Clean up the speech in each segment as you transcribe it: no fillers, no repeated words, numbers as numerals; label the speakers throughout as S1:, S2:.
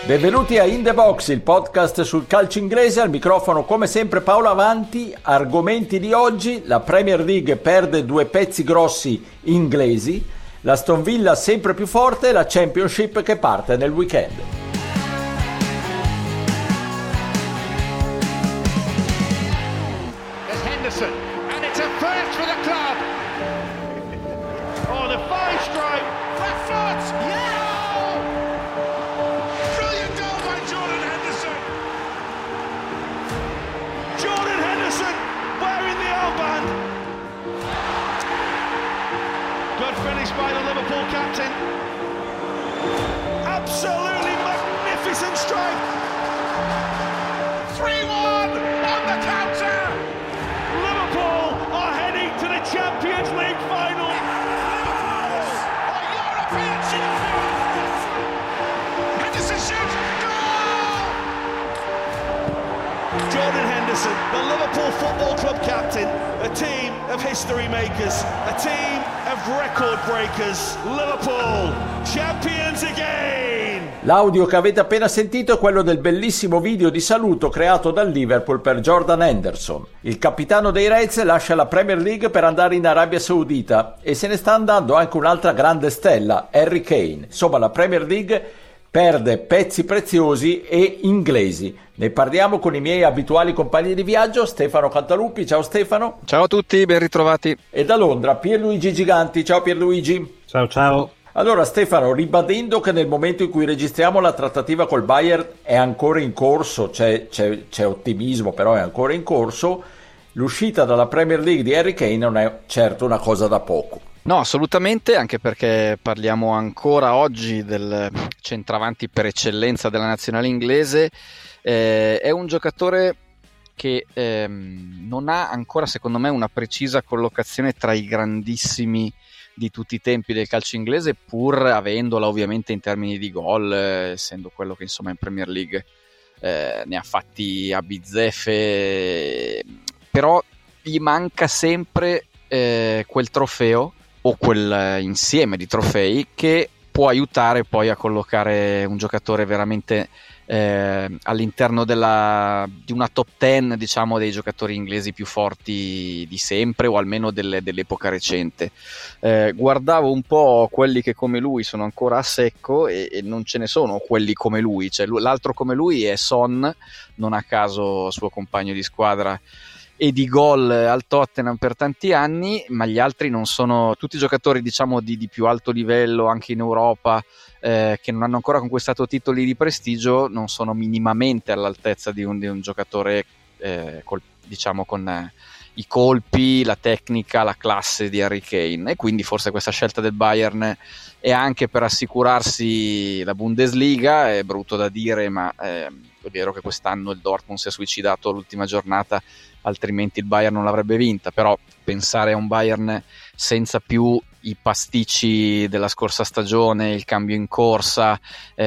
S1: Benvenuti a In The Box, il podcast sul calcio inglese. Al microfono come sempre Paolo Avanti. Argomenti di oggi: la Premier League perde due pezzi grossi inglesi, l'Aston Villa sempre più forte e la Championship che parte nel weekend.
S2: There's Henderson and it's a first for the club. Oh, the five strike, left foot, yeah! Brilliant goal by Jordan Henderson. Jordan Henderson wearing the armband. Good finish by the Liverpool captain. Absolutely magnificent strike. 3-1 on the counter. Liverpool are heading to the Champions League final. Liverpool are European champions. Henderson shoots. Goal! Jordan Henderson, the Liverpool Football Club captain, a team of history makers, a team of record breakers. Liverpool champions again.
S1: L'audio che avete appena sentito è quello del bellissimo video di saluto creato dal Liverpool per Jordan Henderson. Il capitano dei Reds lascia la Premier League per andare in Arabia Saudita e se ne sta andando anche un'altra grande stella, Harry Kane. Insomma, la Premier League perde pezzi preziosi e inglesi. Ne parliamo con i miei abituali compagni di viaggio, Stefano Cantaluppi. Ciao Stefano.
S3: Ciao a tutti, ben ritrovati.
S1: E da Londra Pierluigi Giganti. Ciao Pierluigi.
S4: Ciao.
S1: Allora Stefano, ribadendo che nel momento in cui registriamo la trattativa col Bayern è ancora in corso, c'è ottimismo, però è ancora in corso, l'uscita dalla Premier League di Harry Kane non è certo una cosa da poco.
S3: No, assolutamente, anche perché parliamo ancora oggi del centravanti per eccellenza della nazionale inglese. È un giocatore che non ha ancora, secondo me, una precisa collocazione tra i grandissimi di tutti i tempi del calcio inglese, pur avendola ovviamente in termini di gol, essendo quello che insomma in Premier League ne ha fatti a bizzeffe, però gli manca sempre quel trofeo o quel insieme di trofei che può aiutare poi a collocare un giocatore veramente all'interno di una top 10, diciamo, dei giocatori inglesi più forti di sempre, o almeno dell'epoca recente. Guardavo un po' quelli che come lui sono ancora a secco e non ce ne sono quelli come lui, cioè l'altro come lui è Son, non a caso suo compagno di squadra e di gol al Tottenham per tanti anni, ma gli altri non sono tutti giocatori, diciamo, di più alto livello anche in Europa, che non hanno ancora conquistato titoli di prestigio, non sono minimamente all'altezza di un giocatore diciamo con i colpi, la tecnica, la classe di Harry Kane, e quindi forse questa scelta del Bayern è anche per assicurarsi la Bundesliga. È brutto da dire, ma è vero che quest'anno il Dortmund si è suicidato all'ultima giornata, altrimenti il Bayern non l'avrebbe vinta, però pensare a un Bayern senza più i pasticci della scorsa stagione, il cambio in corsa,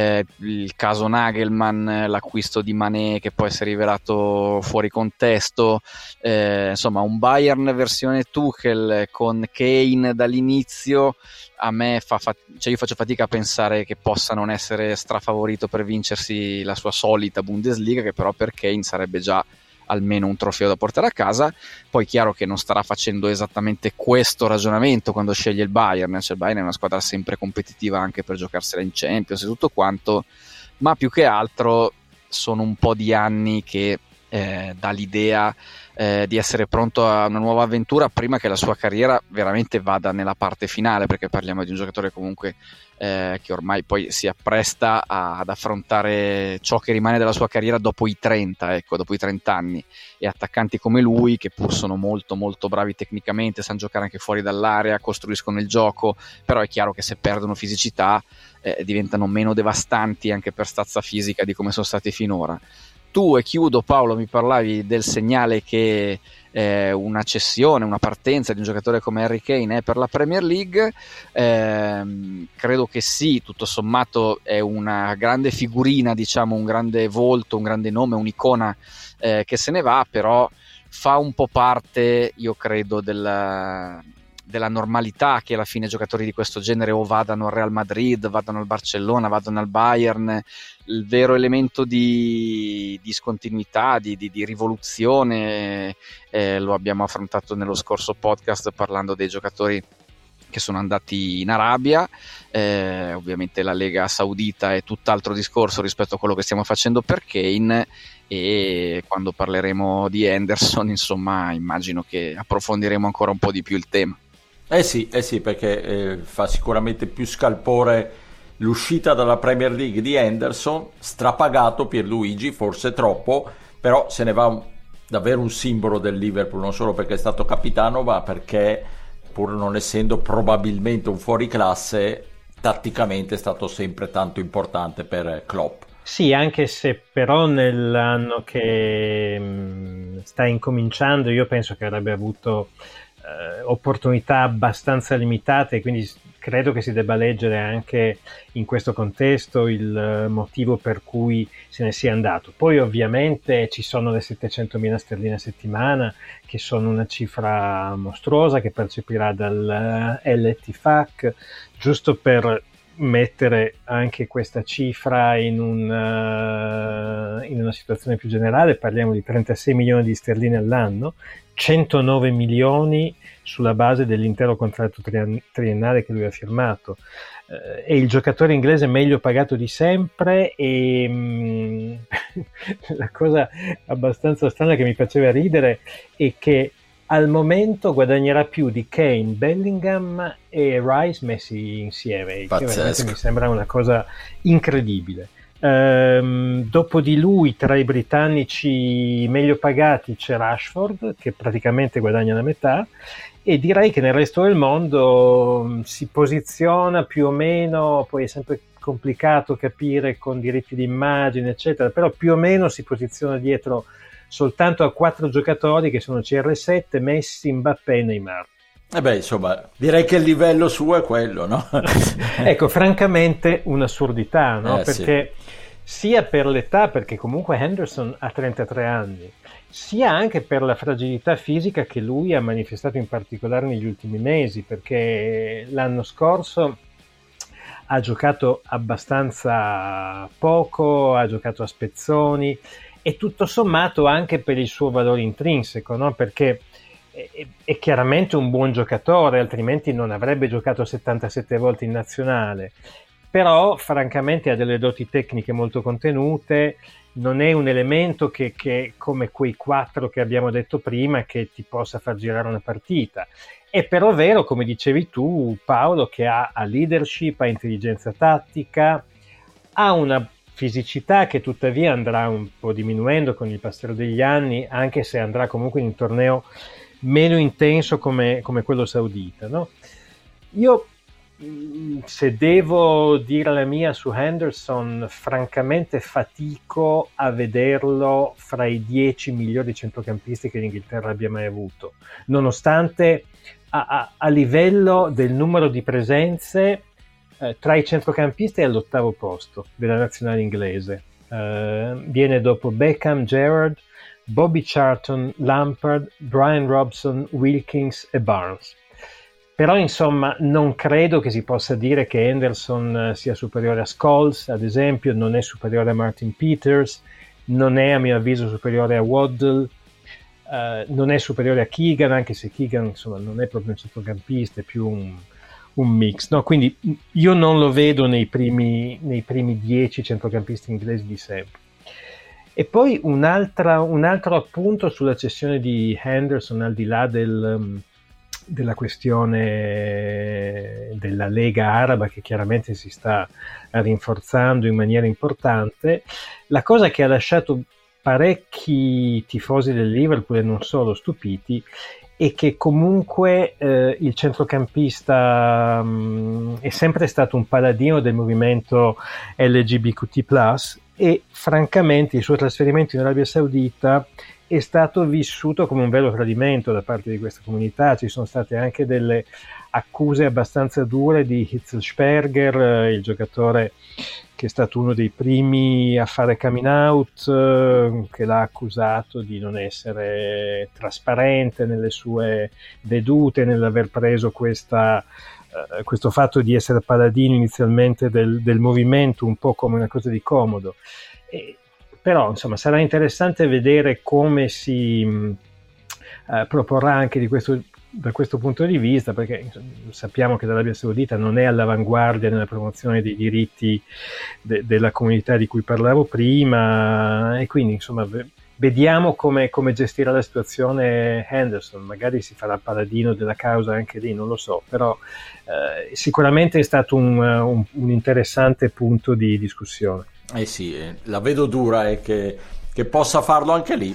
S3: il caso Nagelmann, l'acquisto di Mané che poi si è rivelato fuori contesto, insomma un Bayern versione Tuchel con Kane dall'inizio, a me io faccio fatica a pensare che possa non essere strafavorito per vincersi la sua solita Bundesliga, che però per Kane sarebbe già almeno un trofeo da portare a casa. Poi chiaro che non starà facendo esattamente questo ragionamento quando sceglie il Bayern, cioè il Bayern è una squadra sempre competitiva anche per giocarsela in Champions e tutto quanto, ma più che altro sono un po' di anni che dà l'idea di essere pronto a una nuova avventura prima che la sua carriera veramente vada nella parte finale, perché parliamo di un giocatore comunque che ormai poi si appresta ad affrontare ciò che rimane della sua carriera dopo i 30, dopo i 30 anni, e attaccanti come lui, che pur sono molto molto bravi tecnicamente, sanno giocare anche fuori dall'area, costruiscono il gioco, però è chiaro che se perdono fisicità diventano meno devastanti anche per stazza fisica di come sono stati finora. Tu, e chiudo Paolo, mi parlavi del segnale che una cessione, una partenza di un giocatore come Harry Kane è per la Premier League. Credo che sì, tutto sommato è una grande figurina, diciamo, un grande volto, un grande nome, un'icona che se ne va, però fa un po' parte, io credo, della normalità che alla fine giocatori di questo genere o vadano al Real Madrid, vadano al Barcellona, vadano al Bayern. Il vero elemento di discontinuità, di rivoluzione, lo abbiamo affrontato nello scorso podcast parlando dei giocatori che sono andati in Arabia. Ovviamente la Lega Saudita è tutt'altro discorso rispetto a quello che stiamo facendo per Kane, e quando parleremo di Henderson, insomma, immagino che approfondiremo ancora un po' di più il tema.
S1: Sì, perché fa sicuramente più scalpore l'uscita dalla Premier League di Henderson, strapagato Pierluigi, forse troppo, però se ne va davvero un simbolo del Liverpool, non solo perché è stato capitano, ma perché, pur non essendo probabilmente un fuoriclasse, tatticamente è stato sempre tanto importante per Klopp.
S4: Sì, anche se però nell'anno che sta incominciando io penso che avrebbe avuto opportunità abbastanza limitate, quindi credo che si debba leggere anche in questo contesto il motivo per cui se ne sia andato. Poi ovviamente ci sono le 700.000 sterline a settimana, che sono una cifra mostruosa che percepirà dal Al-Ettifaq, giusto per mettere anche questa cifra in una situazione più generale. Parliamo di 36 milioni di sterline all'anno, 109 milioni sulla base dell'intero contratto triennale che lui ha firmato. È il giocatore inglese meglio pagato di sempre, e la cosa abbastanza strana che mi faceva ridere è che al momento guadagnerà più di Kane, Bellingham e Rice messi insieme, che veramente mi sembra una cosa incredibile. Dopo di lui, tra i britannici meglio pagati, c'è Rashford, che praticamente guadagna la metà, e direi che nel resto del mondo si posiziona più o meno, poi è sempre complicato capire con diritti d'immagine eccetera, però più o meno si posiziona dietro soltanto a 4 giocatori che sono CR7, Messi, Mbappé e Neymar.
S1: Insomma, direi che il livello suo è quello, no?
S4: Ecco, francamente un'assurdità, no? Perché sia per l'età, perché comunque Henderson ha 33 anni, sia anche per la fragilità fisica che lui ha manifestato in particolare negli ultimi mesi, perché l'anno scorso ha giocato abbastanza poco, ha giocato a spezzoni, e tutto sommato anche per il suo valore intrinseco, no? Perché è chiaramente un buon giocatore, altrimenti non avrebbe giocato 77 volte in nazionale, però francamente ha delle doti tecniche molto contenute, non è un elemento che come quei 4 che abbiamo detto prima, che ti possa far girare una partita. È però vero, come dicevi tu Paolo, che ha leadership, ha intelligenza tattica, ha una fisicità che tuttavia andrà un po' diminuendo con il passare degli anni, anche se andrà comunque in un torneo meno intenso come quello saudita, no? Io, se devo dire la mia su Henderson, francamente fatico a vederlo fra i 10 migliori centrocampisti che l'Inghilterra abbia mai avuto, nonostante a livello del numero di presenze tra i centrocampisti è all'8° posto della nazionale inglese. Viene dopo Beckham, Gerrard, Bobby Charlton, Lampard, Brian Robson, Wilkins e Barnes. Però insomma non credo che si possa dire che Henderson sia superiore a Scholes, ad esempio, non è superiore a Martin Peters, non è a mio avviso superiore a Waddle, non è superiore a Keegan, anche se Keegan insomma non è proprio un centrocampista, è più un mix, no? Quindi io non lo vedo nei primi 10 centrocampisti inglesi di sempre. E poi un altro appunto sulla cessione di Henderson, al di là della questione della Lega Araba, che chiaramente si sta rinforzando in maniera importante, la cosa che ha lasciato parecchi tifosi del Liverpool e non solo stupiti e che comunque il centrocampista è sempre stato un paladino del movimento LGBTQ+, e francamente il suo trasferimento in Arabia Saudita è stato vissuto come un vero tradimento da parte di questa comunità. Ci sono state anche delle accuse abbastanza dure di Hitzelsperger, il giocatore che è stato uno dei primi a fare coming out, che l'ha accusato di non essere trasparente nelle sue vedute, nell'aver preso questo fatto di essere paladino inizialmente del movimento un po' come una cosa di comodo. Però insomma sarà interessante vedere come si proporrà anche da questo punto di vista, perché sappiamo che l'Arabia Saudita non è all'avanguardia nella promozione dei diritti della comunità di cui parlavo prima, e quindi insomma vediamo come gestirà la situazione Henderson. Magari si farà paladino della causa anche lì, non lo so, però sicuramente è stato un interessante punto di discussione.
S1: Sì, la vedo dura e che possa farlo anche lì.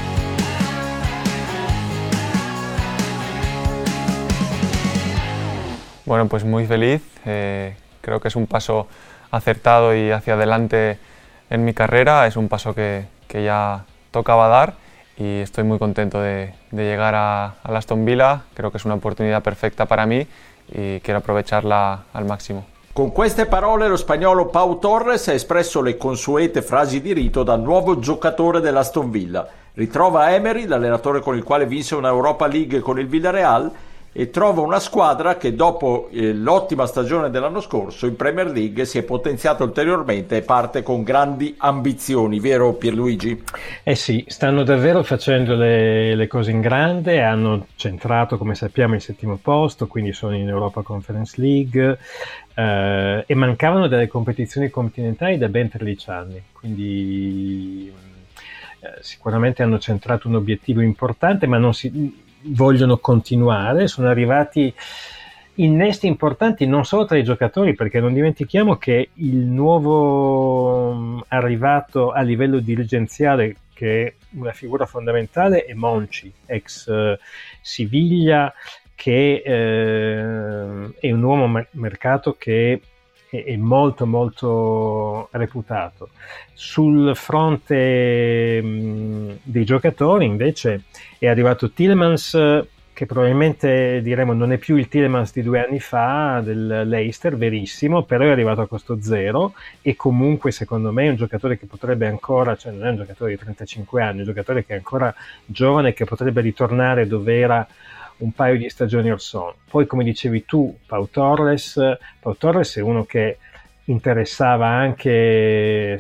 S5: Bueno, pues muy feliz. Creo que es un paso acertado y hacia adelante en mi carrera. Es un paso que ya tocaba dar y estoy muy contento de llegar a Aston Villa. Creo que es una oportunidad perfecta para mí y quiero aprovecharla al máximo.
S1: Con queste parole lo spagnolo Pau Torres ha espresso le consuete frasi di rito da nuovo giocatore dell'Aston Villa. Ritrova Emery, l'allenatore con il quale vinse una Europa League con il Villarreal, e trova una squadra che dopo l'ottima stagione dell'anno scorso in Premier League si è potenziata ulteriormente e parte con grandi ambizioni, vero Pierluigi?
S4: Sì, stanno davvero facendo le cose in grande, hanno centrato come sappiamo il 7° posto, quindi sono in Europa Conference League, e mancavano delle competizioni continentali da ben 13 anni, quindi sicuramente hanno centrato un obiettivo importante, ma non si vogliono continuare. Sono arrivati innesti importanti non solo tra i giocatori, perché non dimentichiamo che il nuovo arrivato a livello dirigenziale, che è una figura fondamentale, è Monchi, ex Siviglia, che è un uomo mercato che è molto molto reputato. Sul fronte dei giocatori invece è arrivato Tielemans, che probabilmente diremo non è più il Tielemans di 2 anni fa del Leicester, verissimo, però è arrivato a costo zero e comunque secondo me è un giocatore che potrebbe ancora, cioè non è un giocatore di 35 anni, è un giocatore che è ancora giovane, che potrebbe ritornare dove era un paio di stagioni or sono. Poi, come dicevi tu, Pau Torres è uno che interessava anche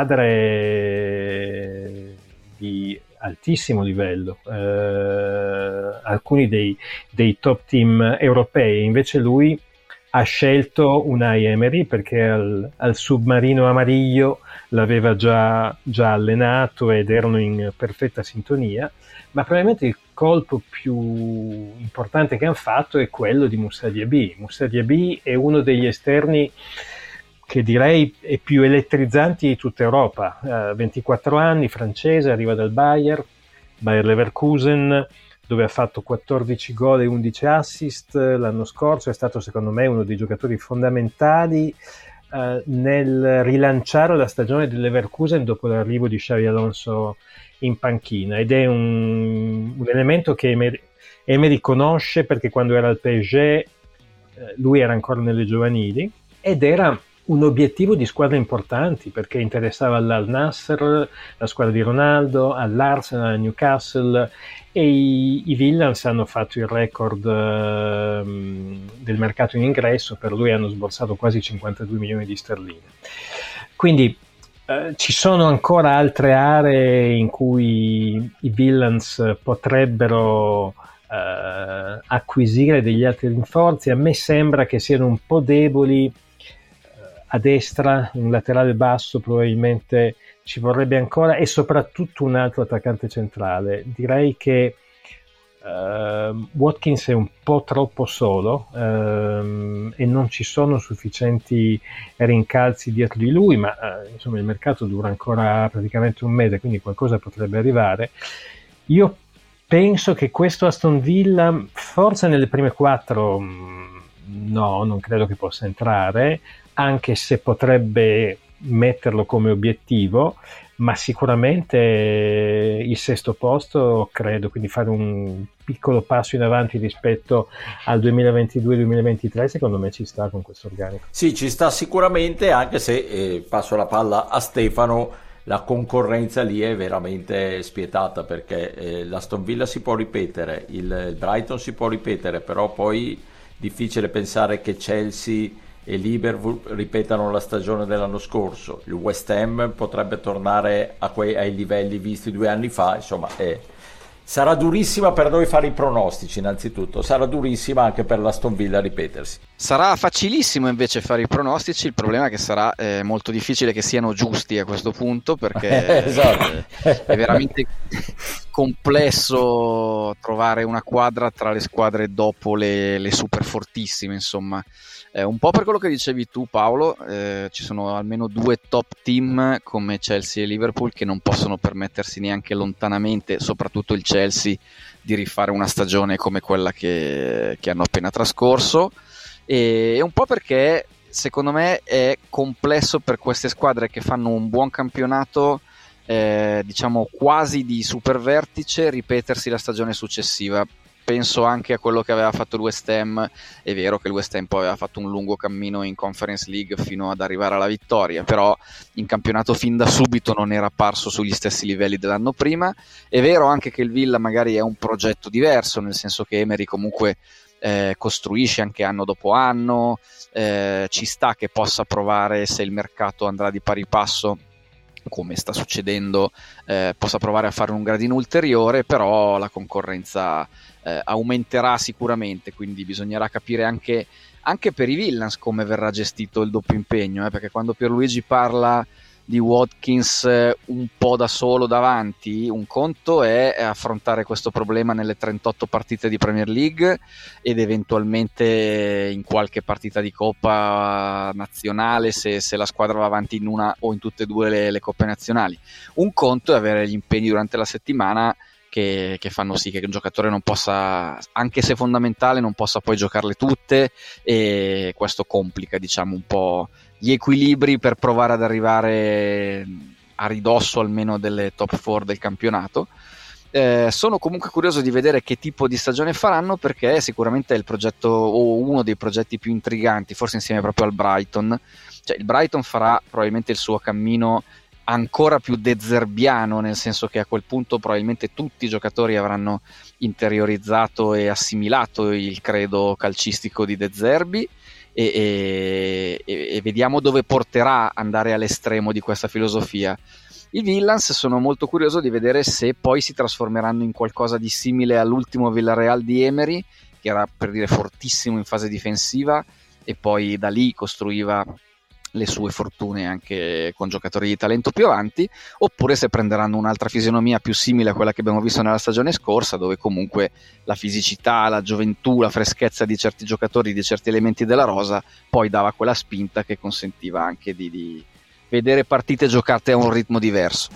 S4: squadre di altissimo livello, alcuni dei top team europei. Invece lui ha scelto Unai Emery perché al Submarino Amarillo l'aveva già allenato ed erano in perfetta sintonia, ma probabilmente il colpo più importante che hanno fatto è quello di Moussa Diaby. Moussa Diaby è uno degli esterni che direi è più elettrizzanti di tutta Europa, 24 anni, francese, arriva dal Bayer Leverkusen, dove ha fatto 14 gol e 11 assist l'anno scorso. È stato secondo me uno dei giocatori fondamentali nel rilanciare la stagione del Leverkusen dopo l'arrivo di Xabi Alonso in panchina, ed è un elemento che Emery conosce, perché quando era al PSG lui era ancora nelle giovanili ed era un obiettivo di squadre importanti, perché interessava all'Al Nassr, la squadra di Ronaldo, all'Arsenal, al Newcastle, e i Villans hanno fatto il record del mercato in ingresso. Per lui hanno sborsato quasi 52 milioni di sterline. Quindi ci sono ancora altre aree in cui i Villans potrebbero acquisire degli altri rinforzi. A me sembra che siano un po' deboli a destra, un laterale basso probabilmente ci vorrebbe ancora, e soprattutto un altro attaccante centrale. Direi che Watkins è un po' troppo solo e non ci sono sufficienti rincalzi dietro di lui, ma insomma il mercato dura ancora praticamente un mese, quindi qualcosa potrebbe arrivare. Io penso che questo Aston Villa, forse nelle prime 4 no, non credo che possa entrare, anche se potrebbe metterlo come obiettivo, ma sicuramente il 6° posto credo, quindi fare un piccolo passo in avanti rispetto al 2022-2023, secondo me ci sta con questo organico.
S1: Sì, ci sta sicuramente, anche se passo la palla a Stefano, la concorrenza lì è veramente spietata, perché l'Aston Villa si può ripetere, il Brighton si può ripetere, però poi difficile pensare che Chelsea e Liverpool ripetano la stagione dell'anno scorso. Il West Ham potrebbe tornare ai livelli visti 2 anni fa. Insomma, sarà durissima per noi fare i pronostici, innanzitutto sarà durissima anche per l'Aston Villa ripetersi.
S3: Sarà facilissimo invece fare i pronostici, il problema è che sarà molto difficile che siano giusti a questo punto, perché
S1: esatto.
S3: È veramente complesso trovare una quadra tra le squadre dopo le super fortissime, insomma. Un po' per quello che dicevi tu, Paolo, ci sono almeno 2 top team come Chelsea e Liverpool che non possono permettersi neanche lontanamente, soprattutto il Chelsea, di rifare una stagione come quella che hanno appena trascorso, e un po' perché secondo me è complesso per queste squadre che fanno un buon campionato, diciamo quasi di supervertice, ripetersi la stagione successiva. Penso anche a quello che aveva fatto il West Ham. È vero che il West Ham poi aveva fatto un lungo cammino in Conference League fino ad arrivare alla vittoria, però in campionato fin da subito non era apparso sugli stessi livelli dell'anno prima. È vero anche che il Villa magari è un progetto diverso, nel senso che Emery comunque costruisce anche anno dopo anno, ci sta che possa provare, se il mercato andrà di pari passo come sta succedendo, possa provare a fare un gradino ulteriore, però la concorrenza aumenterà sicuramente, quindi bisognerà capire anche per i Villans come verrà gestito il doppio impegno, perché quando Pierluigi parla di Watkins un po' da solo davanti, un conto è affrontare questo problema nelle 38 partite di Premier League ed eventualmente in qualche partita di Coppa nazionale se la squadra va avanti in una o in tutte e due le coppe nazionali. Un conto è avere gli impegni durante la settimana che fanno sì che un giocatore non possa, anche se fondamentale, non possa poi giocarle tutte, e questo complica, diciamo, un po' gli equilibri per provare ad arrivare a ridosso almeno delle top 4 del campionato. Sono comunque curioso di vedere che tipo di stagione faranno, perché sicuramente è il progetto, o uno dei progetti più intriganti, forse insieme proprio al Brighton. Cioè, il Brighton farà probabilmente il suo cammino ancora più dezerbiano, nel senso che a quel punto probabilmente tutti i giocatori avranno interiorizzato e assimilato il credo calcistico di De Zerbi, e vediamo dove porterà andare all'estremo di questa filosofia. I Villans sono molto curioso di vedere se poi si trasformeranno in qualcosa di simile all'ultimo Villarreal di Emery, che era, per dire, fortissimo in fase difensiva e poi da lì costruiva le sue fortune anche con giocatori di talento più avanti, oppure se prenderanno un'altra fisionomia più simile a quella che abbiamo visto nella stagione scorsa, dove comunque la fisicità, la gioventù, la freschezza di certi giocatori, di certi elementi della rosa poi dava quella spinta che consentiva anche di vedere partite giocate a un ritmo diverso.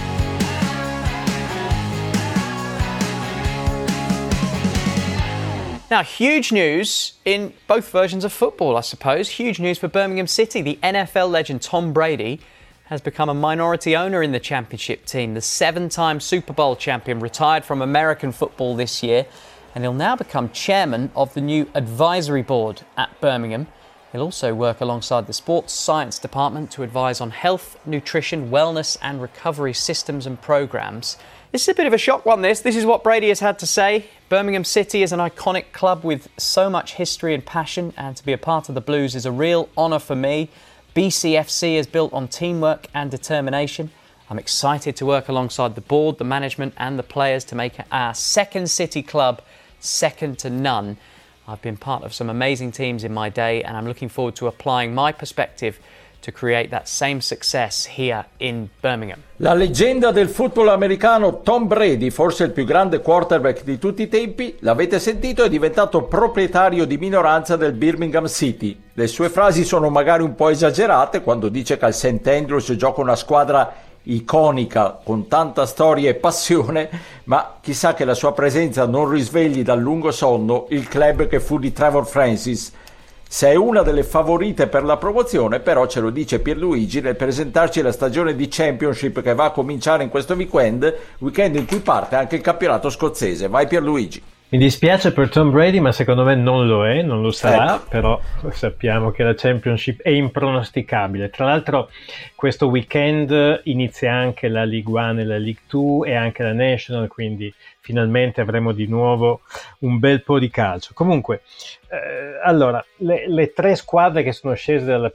S6: Now, huge news in both versions of football, I suppose. Huge news for Birmingham City. The NFL legend Tom Brady has become a minority owner in the championship team. The 7-time Super Bowl champion retired from American football this year, and he'll now become chairman of the new advisory board at Birmingham. He'll also work alongside the sports science department to advise on health, nutrition, wellness and recovery systems and programmes. This is a bit of a shock one, this. This is what Brady has had to say. Birmingham City is an iconic club with so much history and passion, and to be a part of the Blues is a real honour for me. BCFC is built on teamwork and determination. I'm excited to work alongside the board, the management and the players to make our second City club second to none. I've been part of some amazing teams in my day, and I'm looking forward to applying my perspective to create that same success here in Birmingham.
S1: La leggenda del football americano Tom Brady, forse il più grande quarterback di tutti i tempi, l'avete sentito, è diventato proprietario di minoranza del Birmingham City. Le sue frasi sono magari un po' esagerate quando dice che al St. Andrews gioca una squadra iconica con tanta storia e passione, ma chissà che la sua presenza non risvegli dal lungo sonno il club che fu di Trevor Francis. Se è una delle favorite per la promozione, però ce lo dice Pierluigi nel presentarci la stagione di Championship che va a cominciare in questo weekend in cui parte anche il campionato scozzese. Vai Pierluigi.
S4: Mi dispiace per Tom Brady, ma secondo me non lo è, non lo sarà, però sappiamo che la Championship è impronosticabile. Tra l'altro questo weekend inizia anche la League One e la League Two e anche la National, quindi finalmente avremo di nuovo un bel po' di calcio. Comunque, allora, le 3 squadre che sono scese dalla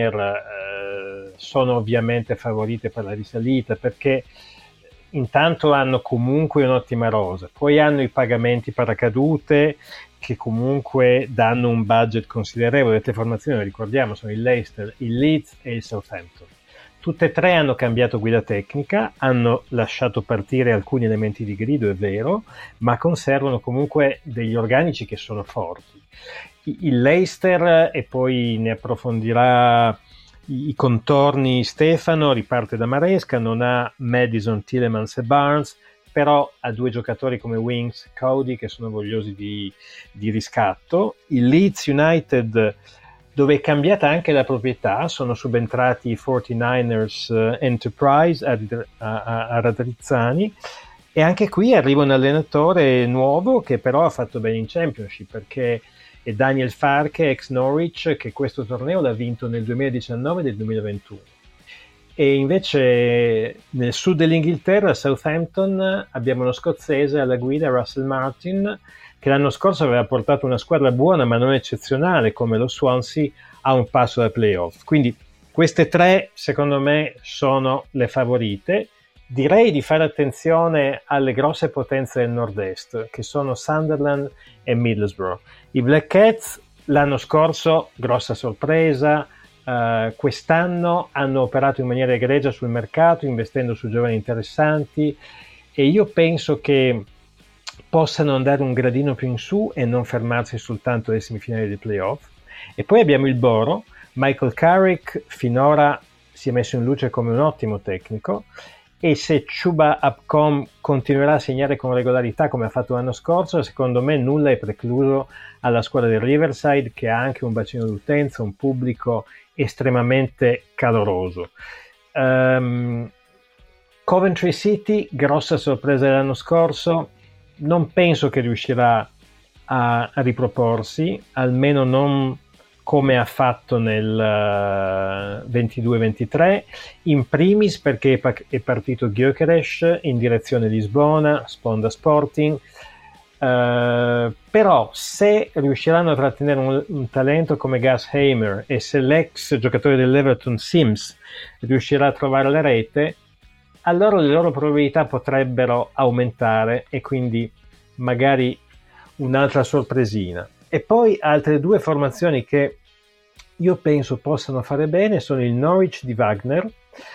S4: Premier sono ovviamente favorite per la risalita, perché intanto hanno comunque un'ottima rosa, poi hanno i pagamenti paracadute che comunque danno un budget considerevole. Le 3 formazioni, ricordiamo, sono il Leicester, il Leeds e il Southampton. Tutte e 3 hanno cambiato guida tecnica, hanno lasciato partire alcuni elementi di grido, è vero, ma conservano comunque degli organici che sono forti. Il Leicester, e poi ne approfondirà i contorni Stefano, riparte da Maresca, non ha Madison, Tielemans e Barnes, però ha 2 giocatori come Winks, Cody, che sono vogliosi di riscatto. Il Leeds United, dove è cambiata anche la proprietà, sono subentrati i 49ers Enterprise a Radrizzani, e anche qui arriva un allenatore nuovo che però ha fatto bene in Championship, perché è Daniel Farke, ex Norwich, che questo torneo l'ha vinto nel 2019 e nel 2021. E invece nel sud dell'Inghilterra, a Southampton, abbiamo uno scozzese alla guida, Russell Martin, che l'anno scorso aveva portato una squadra buona ma non eccezionale come lo Swansea a un passo dal playoff. Quindi queste 3 secondo me sono le favorite. Direi di fare attenzione alle grosse potenze del nord-est, che sono Sunderland e Middlesbrough. I Black Cats l'anno scorso, grossa sorpresa, quest'anno hanno operato in maniera egregia sul mercato, investendo su giovani interessanti, e io penso che possano andare un gradino più in su e non fermarsi soltanto alle semifinali dei playoff. E poi abbiamo il Boro. Michael Carrick finora si è messo in luce come un ottimo tecnico, e se Chuba Upcombe continuerà a segnare con regolarità come ha fatto l'anno scorso, secondo me nulla è precluso alla squadra del Riverside, che ha anche un bacino d'utenza, un pubblico estremamente caloroso. Coventry City, grossa sorpresa dell'anno scorso, non penso che riuscirà a riproporsi, almeno non come ha fatto nel 22-23, in primis perché è partito Gyökeres in direzione Lisbona, sponda Sporting, però se riusciranno a trattenere un talento come Gus Hamer, e se l'ex giocatore dell'Everton Sims riuscirà a trovare la rete, allora le loro probabilità potrebbero aumentare, e quindi magari un'altra sorpresina. E poi altre 2 formazioni che io penso possano fare bene sono il Norwich di Wagner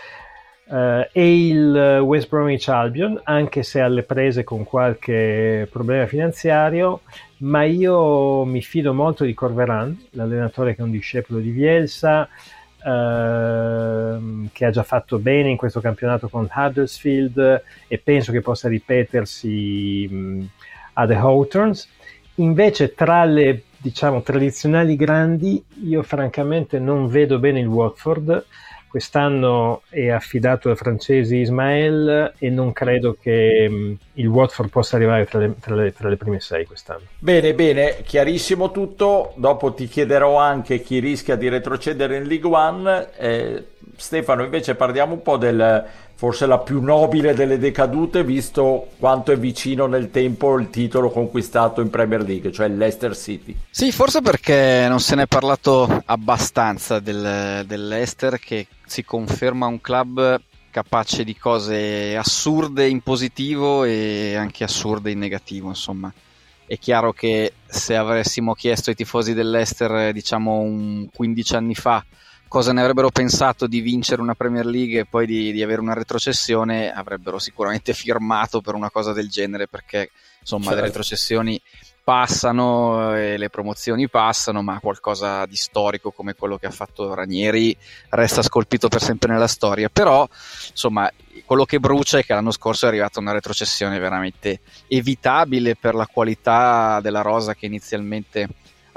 S4: e il West Bromwich Albion, anche se alle prese con qualche problema finanziario, ma io mi fido molto di Corveran, l'allenatore che è un discepolo di Bielsa, che ha già fatto bene in questo campionato con Huddersfield, e penso che possa ripetersi a The Hawthorns. Invece tra le, diciamo, tradizionali grandi, io francamente non vedo bene il Watford. Quest'anno è affidato ai francesi Ismael, e non credo che il Watford possa arrivare tra le prime 6 quest'anno.
S1: Bene, chiarissimo tutto. Dopo ti chiederò anche chi rischia di retrocedere in League One. Stefano, invece parliamo un po' forse la più nobile delle decadute, visto quanto è vicino nel tempo il titolo conquistato in Premier League, cioè il Leicester City.
S3: Sì, forse perché non se ne è parlato abbastanza del Leicester, che si conferma un club capace di cose assurde in positivo e anche assurde in negativo. Insomma, è chiaro che se avessimo chiesto ai tifosi del Leicester, diciamo 15 anni fa, cosa ne avrebbero pensato di vincere una Premier League e poi di avere una retrocessione, avrebbero sicuramente firmato per una cosa del genere, perché insomma certo, le retrocessioni passano e le promozioni passano, ma qualcosa di storico come quello che ha fatto Ranieri resta scolpito per sempre nella storia. Però insomma quello che brucia è che l'anno scorso è arrivata una retrocessione veramente evitabile per la qualità della rosa che inizialmente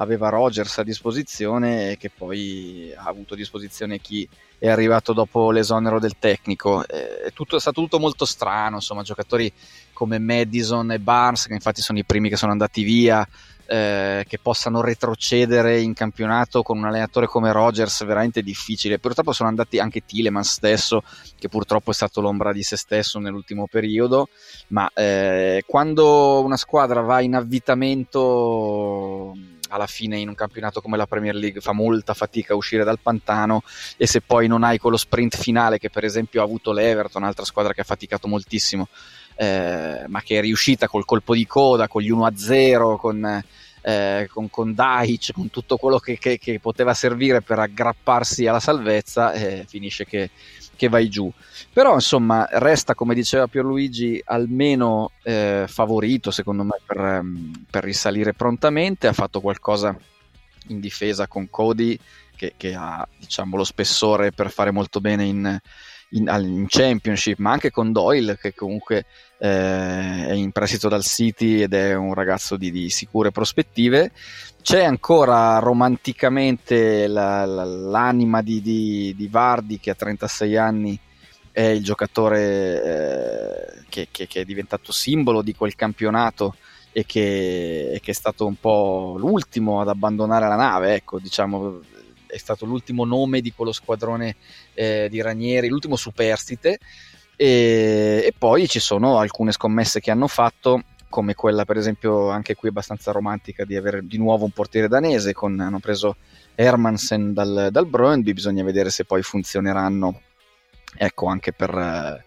S3: aveva Rodgers a disposizione e che poi ha avuto a disposizione chi è arrivato dopo l'esonero del tecnico. È stato tutto molto strano, insomma, giocatori come Madison e Barnes, che infatti sono i primi che sono andati via, che possano retrocedere in campionato con un allenatore come Rodgers, veramente difficile. Purtroppo sono andati anche Tielemans stesso, che purtroppo è stato l'ombra di se stesso nell'ultimo periodo, ma quando una squadra va in avvitamento alla fine in un campionato come la Premier League fa molta fatica a uscire dal pantano, e se poi non hai quello sprint finale che per esempio ha avuto l'Everton, un'altra squadra che ha faticato moltissimo, ma che è riuscita col colpo di coda, con gli 1-0, con Daic, con tutto quello che poteva servire per aggrapparsi alla salvezza, finisce che vai giù. Però insomma resta, come diceva Pierluigi, almeno favorito secondo me per risalire prontamente. Ha fatto qualcosa in difesa con Cody che ha, diciamo, lo spessore per fare molto bene in Championship, ma anche con Doyle, che comunque è in prestito dal City ed è un ragazzo di sicure prospettive. C'è ancora romanticamente l'anima di Vardy, che a 36 anni è il giocatore che è diventato simbolo di quel campionato e che è stato un po' l'ultimo ad abbandonare la nave, ecco, diciamo, è stato l'ultimo nome di quello squadrone di Ranieri, l'ultimo superstite. E poi ci sono alcune scommesse che hanno fatto, come quella per esempio anche qui abbastanza romantica di avere di nuovo un portiere danese, hanno preso Hermansen dal Brøndby. Bisogna vedere se poi funzioneranno, ecco, anche per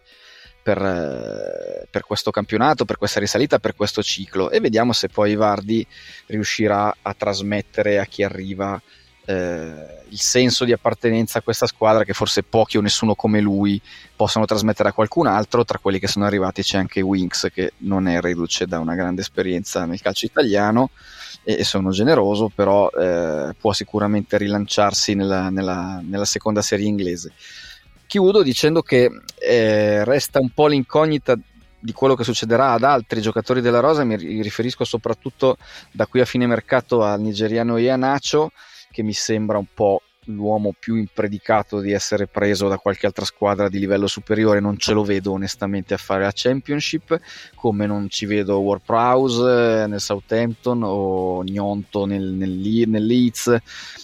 S3: questo campionato, per questa risalita, per questo ciclo, e vediamo se poi Vardy riuscirà a trasmettere a chi arriva il senso di appartenenza a questa squadra, che forse pochi o nessuno come lui possono trasmettere a qualcun altro. Tra quelli che sono arrivati c'è anche Winks, che non è reduce da una grande esperienza nel calcio italiano, e sono generoso, però può sicuramente rilanciarsi nella seconda serie inglese. Chiudo dicendo che resta un po' l'incognita di quello che succederà ad altri giocatori della rosa. Mi riferisco soprattutto da qui a fine mercato al nigeriano Iheanacho, che mi sembra un po' l'uomo più impredicato di essere preso da qualche altra squadra di livello superiore. Non ce lo vedo onestamente a fare la Championship, come non ci vedo Ward-Prowse nel Southampton o Gnonto nel Leeds.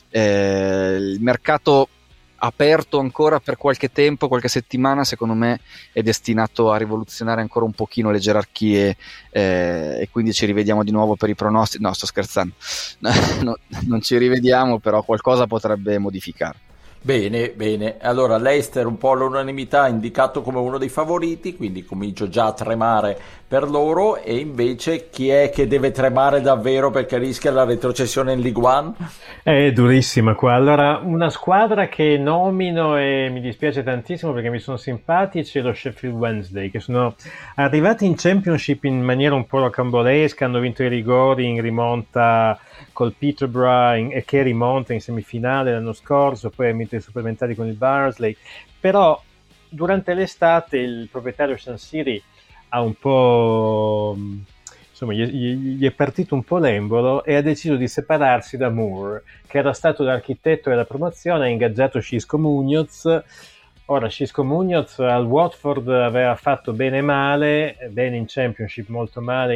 S3: Il mercato aperto ancora per qualche tempo, qualche settimana, secondo me è destinato a rivoluzionare ancora un pochino le gerarchie, e quindi ci rivediamo di nuovo per i pronostici. No, sto scherzando, no, non ci rivediamo, però qualcosa potrebbe modificare.
S1: Bene, allora Leicester un po' all'unanimità indicato come uno dei favoriti, quindi comincio già a tremare per loro. E invece chi è che deve tremare davvero perché rischia la retrocessione in League One?
S4: È durissima qua. Allora, una squadra che nomino e mi dispiace tantissimo perché mi sono simpatici è lo Sheffield Wednesday, che sono arrivati in Championship in maniera un po' rocambolesca, hanno vinto i rigori in rimonta col Peterborough e che rimonta in semifinale l'anno scorso, poi ha vinto i supplementari con il Barnsley. Però durante l'estate il proprietario Shanshiri ha un po', insomma, gli è partito un po' l'embolo e ha deciso di separarsi da Moore, che era stato l'architetto della promozione. Ha ingaggiato Xisco Muñoz. Ora, Xisco Muñoz al Watford aveva fatto bene e male, bene in Championship, molto male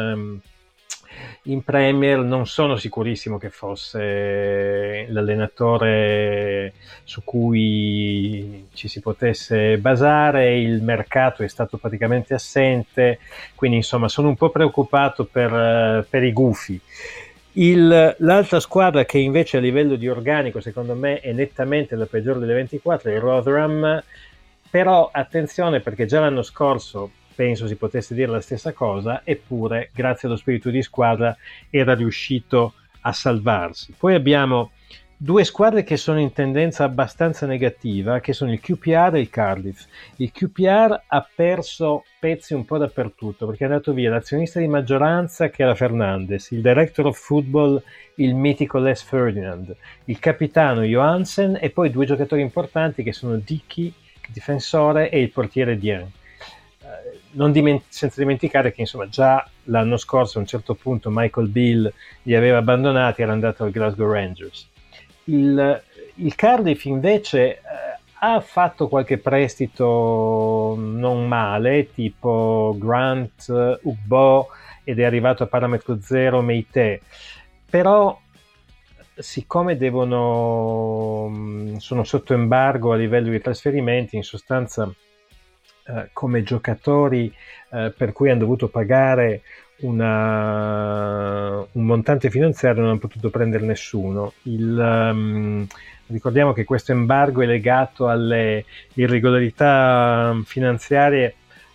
S4: in Premier. Non sono sicurissimo che fosse l'allenatore su cui ci si potesse basare. Il mercato è stato praticamente assente, quindi insomma sono un po' preoccupato per i gufi. L'altra squadra che invece a livello di organico secondo me è nettamente la peggiore delle 24 è il Rotherham. Però attenzione, perché già l'anno scorso penso si potesse dire la stessa cosa, eppure grazie allo spirito di squadra era riuscito a salvarsi. Poi abbiamo due squadre che sono in tendenza abbastanza negativa, che sono il QPR e il Cardiff. Il QPR ha perso pezzi un po' dappertutto, perché è andato via l'azionista di maggioranza, che era Fernandes, il director of football, il mitico Les Ferdinand, il capitano Johansen, e poi due giocatori importanti che sono Dickey, difensore, e il portiere Dieng. Senza dimenticare che insomma già l'anno scorso a un certo punto Michael Beale li aveva abbandonati, era andato al Glasgow Rangers. Il Cardiff invece ha fatto qualche prestito non male, tipo Grant, Ugbo, ed è arrivato a parametro zero Meite, però siccome sono sotto embargo a livello di trasferimenti, in sostanza come giocatori per cui hanno dovuto pagare un montante finanziario, non hanno potuto prendere nessuno. Ricordiamo che questo embargo è legato alle irregolarità finanziarie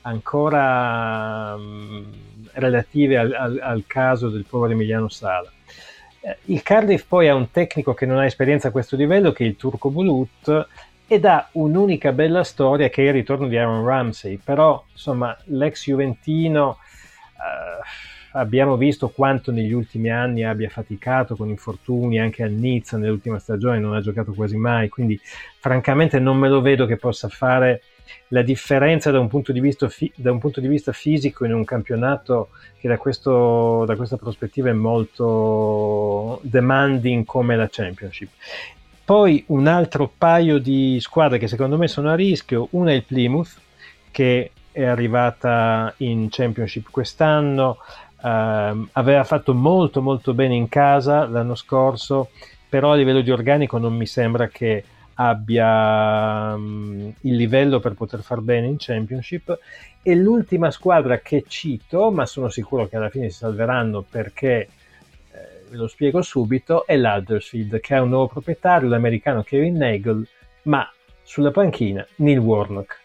S4: ancora relative al caso del povero Emiliano Sala. Il Cardiff poi ha un tecnico che non ha esperienza a questo livello, che è il turco Bulut, ed ha un'unica bella storia che è il ritorno di Aaron Ramsey, però insomma l'ex juventino abbiamo visto quanto negli ultimi anni abbia faticato con infortuni, anche al Nizza nell'ultima stagione non ha giocato quasi mai, quindi francamente non me lo vedo che possa fare la differenza da un punto di vista fisico in un campionato che da questa prospettiva è molto demanding come la Championship. Poi un altro paio di squadre che secondo me sono a rischio, una è il Plymouth, che è arrivata in Championship quest'anno, aveva fatto molto molto bene in casa l'anno scorso, però a livello di organico non mi sembra che abbia il livello per poter far bene in Championship. E l'ultima squadra che cito, ma sono sicuro che alla fine si salveranno perché ve lo spiego subito, è l'Huddersfield, che ha un nuovo proprietario, l'americano Kevin Nagel, ma sulla panchina Neil Warnock,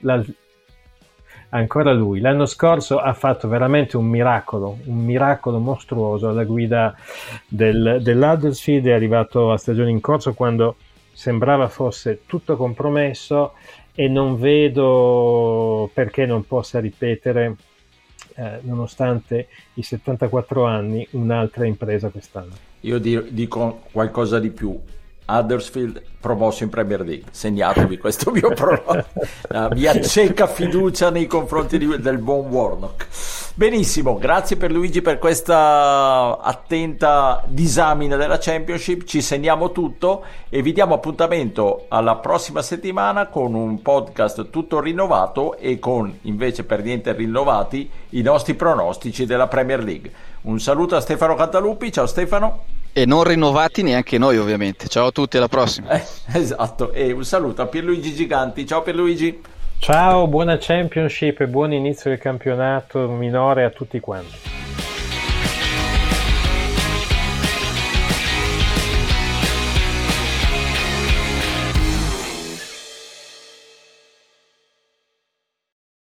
S4: ancora lui. L'anno scorso ha fatto veramente un miracolo mostruoso alla guida dell'Huddersfield, è arrivato a stagione in corso quando sembrava fosse tutto compromesso e non vedo perché non possa ripetere, nonostante i 74 anni, un'altra impresa quest'anno.
S1: Io dico qualcosa di più. Huddersfield promosso in Premier League, segnatevi questo mio la mia cieca fiducia nei confronti del buon Warnock. Benissimo, grazie per Luigi per questa attenta disamina della Championship, ci segniamo tutto e vi diamo appuntamento alla prossima settimana con un podcast tutto rinnovato e con, invece per niente rinnovati, i nostri pronostici della Premier League. Un saluto a Stefano Cantalupi, ciao Stefano.
S3: E non rinnovati neanche noi ovviamente. Ciao a tutti, alla prossima.
S1: Esatto, e un saluto a Pierluigi Giganti. Ciao Pierluigi.
S4: Ciao, buona Championship e buon inizio del campionato minore a tutti quanti.